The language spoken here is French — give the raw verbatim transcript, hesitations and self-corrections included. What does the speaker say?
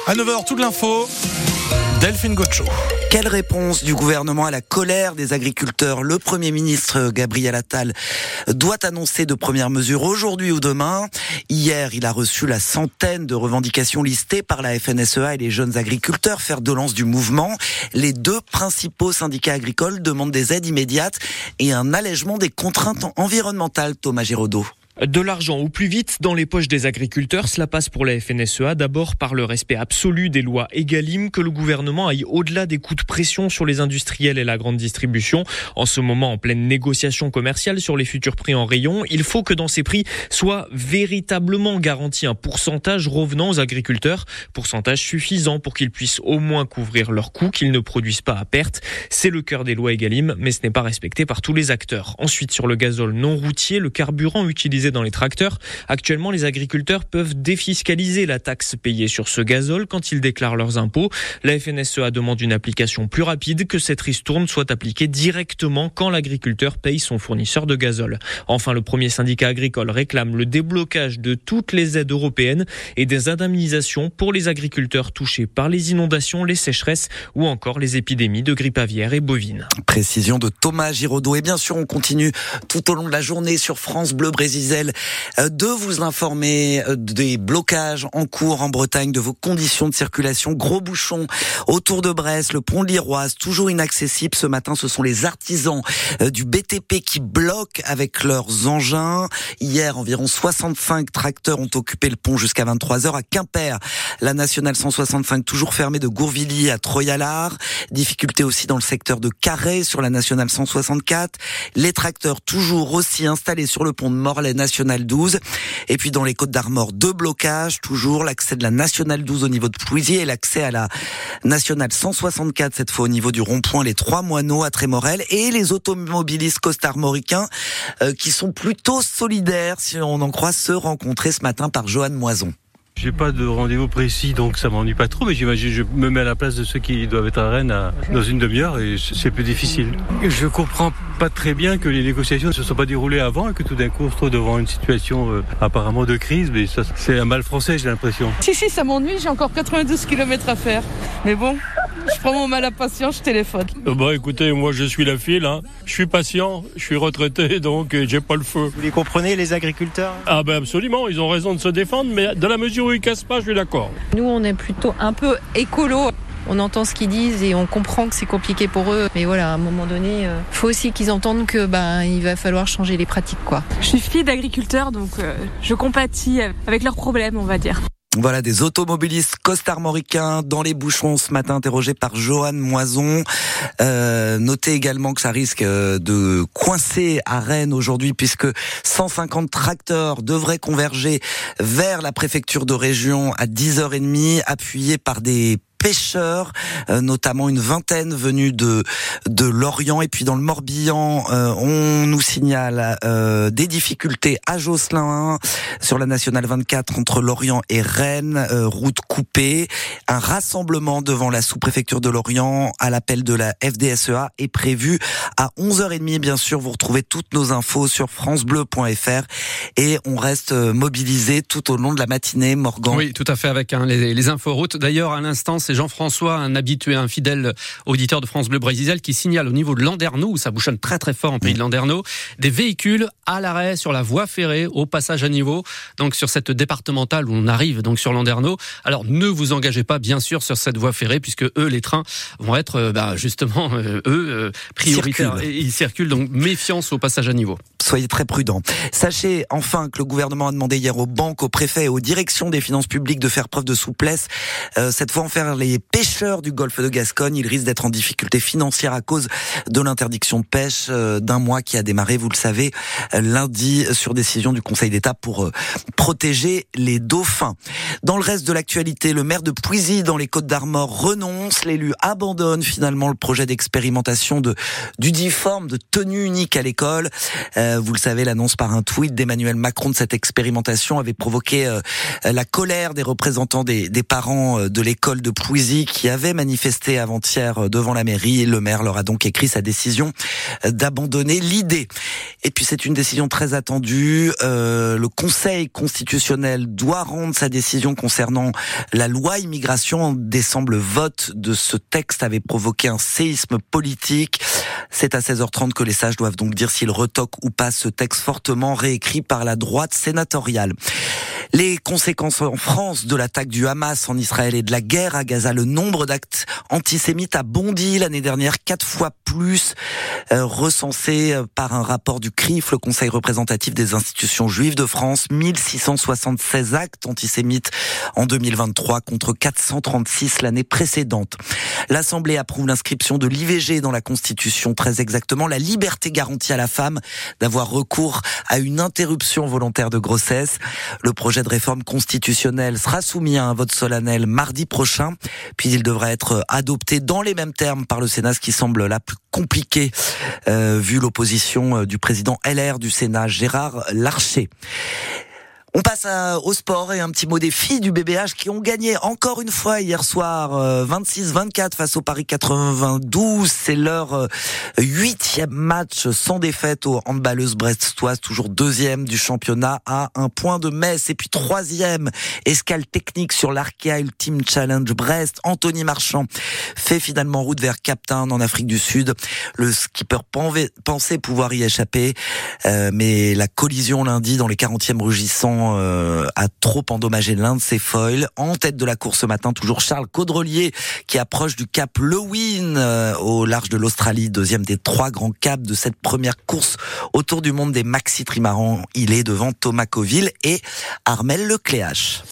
À neuf heures, toute l'info. Delphine Gaucho. Quelle réponse du gouvernement à la colère des agriculteurs ? Le Premier ministre Gabriel Attal doit annoncer de premières mesures aujourd'hui ou demain. Hier, il a reçu la centaine de revendications listées par la F N S E A et les jeunes agriculteurs, fer de lance du mouvement. Les deux principaux syndicats agricoles demandent des aides immédiates et un allègement des contraintes environnementales. Thomas Giraudot. De l'argent au plus vite dans les poches des agriculteurs, cela passe pour la F N S E A d'abord par le respect absolu des lois Egalim, que le gouvernement aille au-delà des coups de pression sur les industriels et la grande distribution. En ce moment, en pleine négociation commerciale sur les futurs prix en rayon, il faut que dans ces prix soit véritablement garanti un pourcentage revenant aux agriculteurs, pourcentage suffisant pour qu'ils puissent au moins couvrir leurs coûts, qu'ils ne produisent pas à perte. C'est le cœur des lois Egalim, mais ce n'est pas respecté par tous les acteurs. Ensuite, sur le gazole non routier, le carburant utilisé dans les tracteurs. Actuellement, les agriculteurs peuvent défiscaliser la taxe payée sur ce gazole quand ils déclarent leurs impôts. La F N S E A demande une application plus rapide, que cette ristourne soit appliquée directement quand l'agriculteur paye son fournisseur de gazole. Enfin, le premier syndicat agricole réclame le déblocage de toutes les aides européennes et des indemnisations pour les agriculteurs touchés par les inondations, les sécheresses ou encore les épidémies de grippe aviaire et bovine. Précision de Thomas Giraudot. Et bien sûr, on continue tout au long de la journée sur France Bleu Brésil de vous informer des blocages en cours en Bretagne, de vos conditions de circulation. Gros bouchons autour de Brest, le pont de l'Iroise, toujours inaccessible. Ce matin, ce sont les artisans du B T P qui bloquent avec leurs engins. Hier, environ soixante-cinq tracteurs ont occupé le pont jusqu'à vingt-trois heures. À Quimper, la nationale cent soixante-cinq toujours fermée de Gourvilly à Troyalard. Difficulté aussi dans le secteur de Carhaix sur la nationale cent soixante-quatre. Les tracteurs toujours aussi installés sur le pont de Morlaix, nationale douze. Et puis dans les Côtes-d'Armor, deux blocages, toujours l'accès de la nationale douze au niveau de Pouilly et l'accès à la nationale cent soixante-quatre, cette fois au niveau du rond-point Les Trois Moineaux à Trémorel, et les automobilistes costarmoricains euh, qui sont plutôt solidaires, si on en croit ceux rencontrés ce matin par Johan Moison. J'ai pas de rendez-vous précis, donc ça m'ennuie pas trop, mais j'imagine, je me mets à la place de ceux qui doivent être à Rennes à, dans une demi-heure et c'est plus difficile. Je comprends pas très bien que les négociations ne se soient pas déroulées avant et que tout d'un coup on se trouve devant une situation euh, apparemment de crise, mais ça, c'est un mal français, j'ai l'impression. Si, si, ça m'ennuie, j'ai encore quatre-vingt-douze kilomètres à faire. Mais bon, je prends mon mal à patience, je téléphone. Euh, bah écoutez, moi je suis la file, hein. Je suis patient, je suis retraité, donc euh, j'ai pas le feu. Vous les comprenez, les agriculteurs ? Ah ben absolument, ils ont raison de se défendre, mais dans la mesure où ils cassent pas, je suis d'accord. Nous, on est plutôt un peu écolo. On entend ce qu'ils disent et on comprend que c'est compliqué pour eux. Mais voilà, à un moment donné, il euh, faut aussi qu'ils entendent que ben il va falloir changer les pratiques, quoi. Je suis fille d'agriculteur, donc euh, je compatis avec leurs problèmes, on va dire. Voilà, des automobilistes costarmoricains dans les bouchons ce matin, interrogés par Johan Moison. Euh, notez également que ça risque de coincer à Rennes aujourd'hui, puisque cent cinquante tracteurs devraient converger vers la préfecture de région à dix heures trente, appuyés par des pêcheurs, euh, notamment une vingtaine venus de de Lorient. Et puis dans le Morbihan, euh, on nous signale euh, des difficultés à Josselin sur la nationale vingt-quatre entre Lorient et Rennes, euh, route coupée. Un rassemblement devant la sous-préfecture de Lorient à l'appel de la F D S E A est prévu à onze heures trente. Bien sûr, vous retrouvez toutes nos infos sur francebleu point f r et on reste mobilisé tout au long de la matinée. Morgan. Oui, tout à fait, avec hein, les, les inforoutes. D'ailleurs, à l'instant, c'est Jean-François, un habitué, un fidèle auditeur de France Bleu Brésil, qui signale au niveau de Landerneau, où ça bouchonne très très fort en pays de Landerneau, des véhicules à l'arrêt sur la voie ferrée, au passage à niveau, donc sur cette départementale où on arrive donc sur Landerneau. Alors ne vous engagez pas bien sûr sur cette voie ferrée, puisque eux, les trains vont être euh, bah, justement euh, eux euh, prioritaires. Circule. Ils circulent, donc méfiance au passage à niveau. Soyez très prudents. Sachez enfin que le gouvernement a demandé hier aux banques, aux préfets et aux directions des finances publiques de faire preuve de souplesse. Euh, cette fois, en faire les pêcheurs du golfe de Gascogne. Ils risquent d'être en difficulté financière à cause de l'interdiction de pêche euh, d'un mois qui a démarré, vous le savez, euh, lundi, sur décision du Conseil d'État pour euh, protéger les dauphins. Dans le reste de l'actualité, le maire de Pouilly, dans les Côtes-d'Armor, renonce. L'élu abandonne finalement le projet d'expérimentation de d'uniforme, de tenue unique à l'école. Euh, vous le savez, l'annonce par un tweet d'Emmanuel Macron de cette expérimentation avait provoqué euh, la colère des représentants des, des parents de l'école de Pouilly. Fouizy qui avaient manifesté avant-hier devant la mairie. Le maire leur a donc écrit sa décision d'abandonner l'idée. Et puis c'est une décision très attendue. Euh, le Conseil constitutionnel doit rendre sa décision concernant la loi immigration. En décembre, le vote de ce texte avait provoqué un séisme politique. C'est à seize heures trente que les sages doivent donc dire s'ils retoquent ou pas ce texte fortement réécrit par la droite sénatoriale. Les conséquences en France de l'attaque du Hamas en Israël et de la guerre à Gaza, le nombre d'actes antisémites a bondi l'année dernière, quatre fois plus, euh, recensé par un rapport du C R I F, le Conseil représentatif des institutions juives de France, mille six cent soixante-seize actes antisémites en deux mille vingt-trois contre quatre cent trente-six l'année précédente. L'Assemblée approuve l'inscription de l'I V G dans la Constitution, très exactement, la liberté garantie à la femme d'avoir recours à une interruption volontaire de grossesse. Le projet de réforme constitutionnelle sera soumis à un vote solennel mardi prochain, puis il devra être adopté dans les mêmes termes par le Sénat, ce qui semble la plus compliqué euh, vu l'opposition du président L R du Sénat, Gérard Larcher. On passe à, au sport et un petit mot des filles du B B H qui ont gagné encore une fois hier soir euh, vingt-six vingt-quatre face au Paris quatre-vingt-douze. C'est leur euh, huitième match sans défaite aux handballeuses brestoises, toujours deuxième du championnat à un point de Metz. Et puis troisième, escale technique sur l'Arkea Ultimate Challenge Brest. Anthony Marchand fait finalement route vers Cap Town en Afrique du Sud. Le skipper pensait pouvoir y échapper, euh, mais la collision lundi dans les quarantièmes rugissants Euh, a trop endommagé l'un de ses foils. En tête de la course ce matin, toujours Charles Caudrelier qui approche du cap Lewin euh, au large de l'Australie, deuxième des trois grands caps de cette première course autour du monde des maxi trimarans. Il est devant Thomas Coville et Armel Lecléache.